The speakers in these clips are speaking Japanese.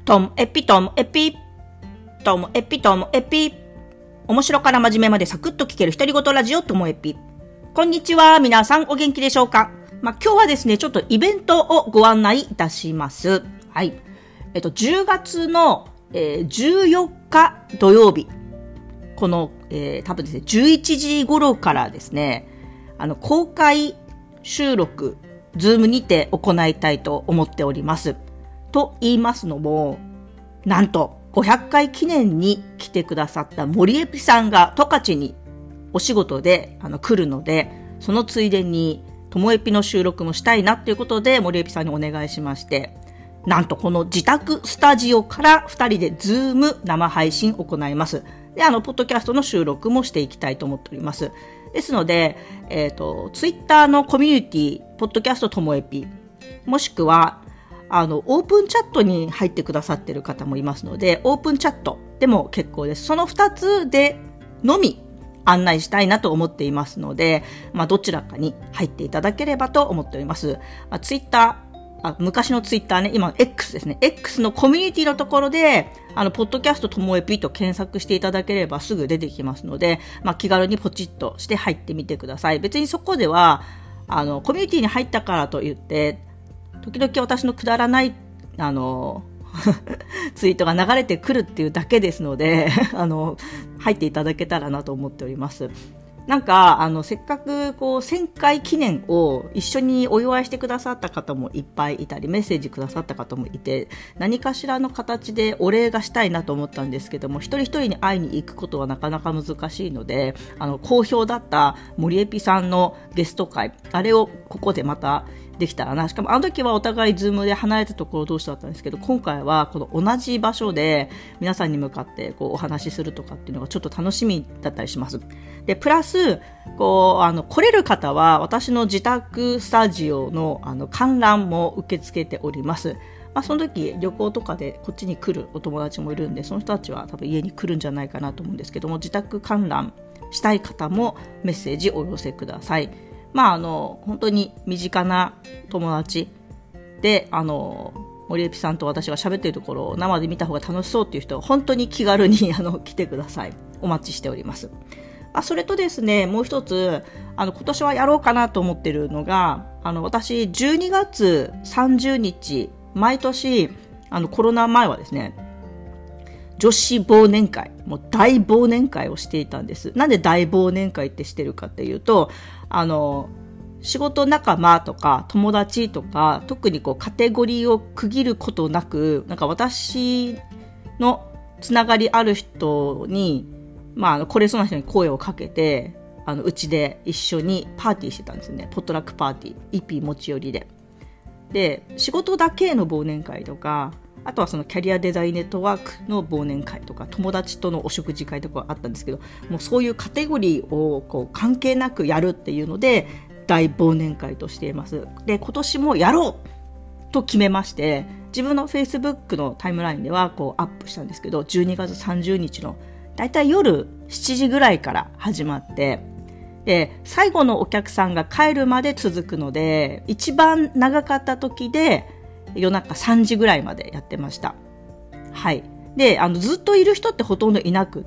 トムエピトムエピトムエピトムエピ面白から真面目までサクッと聞ける独り言ラジオトムエピ。こんにちは、皆さんお元気でしょうか。今日はですね、ちょっとイベントをご案内いたします。はい。10月の、14日土曜日、この、多分ですね、11時頃からですね、公開収録、ズームにて行いたいと思っております。と言いますのも、なんと500回記念に来てくださった森エピさんが十勝にお仕事で来るので、そのついでにともエピの収録もしたいなということで森エピさんにお願いしまして、なんとこの自宅スタジオから2人でズーム生配信を行います。で、ポッドキャストの収録もしていきたいと思っております。ですので、ツイッターのコミュニティ、ポッドキャストともエピ、もしくは、オープンチャットに入ってくださっている方もいますので、オープンチャットでも結構です。その2つでのみ案内したいなと思っていますので、どちらかに入っていただければと思っております。ツイッター、昔のツイッターね、今 X ですね。X のコミュニティのところで、ポッドキャストともえぴと検索していただければすぐ出てきますので、気軽にポチッとして入ってみてください。別にそこでは、コミュニティに入ったからといって、時々私のくだらない、ツイートが流れてくるっていうだけですので、入っていただけたらなと思っております。なんか、せっかく、1000回記念を一緒にお祝いしてくださった方もいっぱいいたり、メッセージくださった方もいて、何かしらの形でお礼がしたいなと思ったんですけども、一人一人に会いに行くことはなかなか難しいので、好評だった森エピさんのゲスト会、あれをここでまた、できたらな。しかもあの時はお互いズームで離れたところ同士だったんですけど、今回はこの同じ場所で皆さんに向かってお話しするとかっていうのがちょっと楽しみだったりします。で、プラス、来れる方は私の自宅スタジオの観覧も受け付けております。その時旅行とかでこっちに来るお友達もいるんで、その人たちは多分家に来るんじゃないかなと思うんですけども、自宅観覧したい方もメッセージお寄せください。本当に身近な友達で、森エピさんと私が喋っているところを生で見た方が楽しそうっていう人は本当に気軽に来てください。お待ちしております。それとですね、もう一つ、今年はやろうかなと思っているのが、私、12月30日、毎年、コロナ前はですね、女子忘年会、もう大忘年会をしていたんです。なんで大忘年会ってしてるかっていうと、仕事仲間とか友達とか、特にカテゴリーを区切ることなく、なんか私のつながりある人に、来れそうな人に声をかけて、うちで一緒にパーティーしてたんですよね。ポットラックパーティー、一品持ち寄りで。で、仕事だけの忘年会とか、あとはそのキャリアデザインネットワークの忘年会とか、友達とのお食事会とかあったんですけど、もうそういうカテゴリーを関係なくやるっていうので、大忘年会としています。で、今年もやろうと決めまして、自分の Facebook のタイムラインではアップしたんですけど、12月30日のだいたい夜7時ぐらいから始まって、で、最後のお客さんが帰るまで続くので、一番長かった時で夜中3時ぐらいまでやってました。はい。で、ずっといる人ってほとんどいなくって、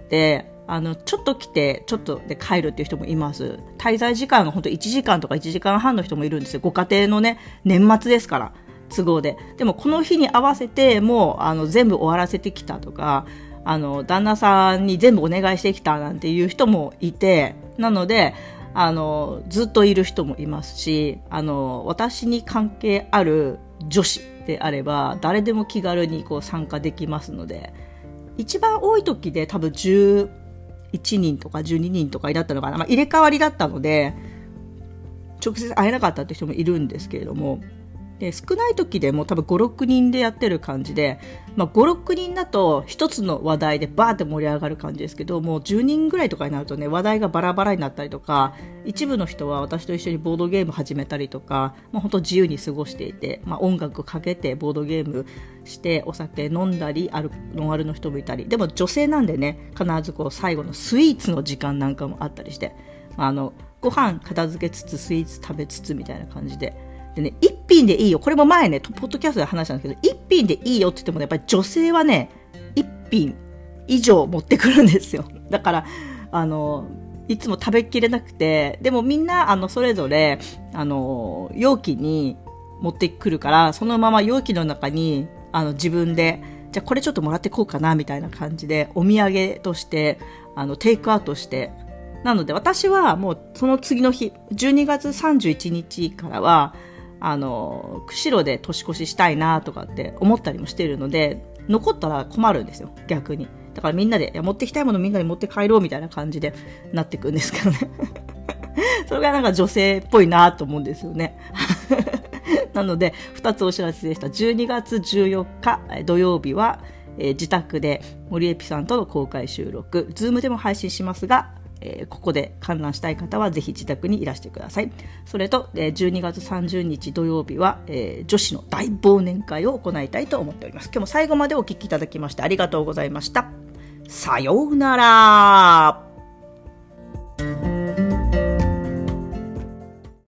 ちょっと来て、ちょっとで帰るっていう人もいます。滞在時間がほんと1時間とか1時間半の人もいるんですよ。ご家庭のね、年末ですから、都合で。でもこの日に合わせて、もう、全部終わらせてきたとか、旦那さんに全部お願いしてきたなんていう人もいて、なので、ずっといる人もいますし、私に関係ある女子であれば、誰でも気軽に参加できますので、一番多い時で多分11人とか12人とかだったのかな。入れ替わりだったので、直接会えなかったって人もいるんですけれども、で、少ない時でも多分5、6人でやってる感じで、5、6人だと一つの話題でバーって盛り上がる感じですけど、もう10人ぐらいとかになるとね、話題がバラバラになったりとか、一部の人は私と一緒にボードゲーム始めたりとか、本当自由に過ごしていて、音楽かけてボードゲームしてお酒飲んだり、ノンアルの人もいたり、でも女性なんでね、必ず最後のスイーツの時間なんかもあったりして、ご飯片付けつつスイーツ食べつつみたいな感じで、 でね、一品でいいよ。これも前ね、ポッドキャストで話したんですけど、一品でいいよって言ってもね、やっぱり女性はね、一品以上持ってくるんですよ。だから、いつも食べきれなくて、でもみんな、それぞれ、容器に持ってくるから、そのまま容器の中に、自分で、じゃあこれちょっともらってこうかな、みたいな感じで、お土産として、テイクアウトして、なので私はもうその次の日、12月31日からは、釧路で年越ししたいなとかって思ったりもしているので、残ったら困るんですよ、逆に。だからみんなで、持ってきたいものみんなで持って帰ろうみたいな感じでなっていくんですけどね。それがなんか女性っぽいなと思うんですよね。なので、2つお知らせでした。12月14日土曜日は、自宅で森エピさんとの公開収録、ズームでも配信しますが、ここで観覧したい方はぜひ自宅にいらしてください。それと、12月30日土曜日は、女子の大忘年会を行いたいと思っております。今日も最後までお聞きいただきましてありがとうございました。さようなら。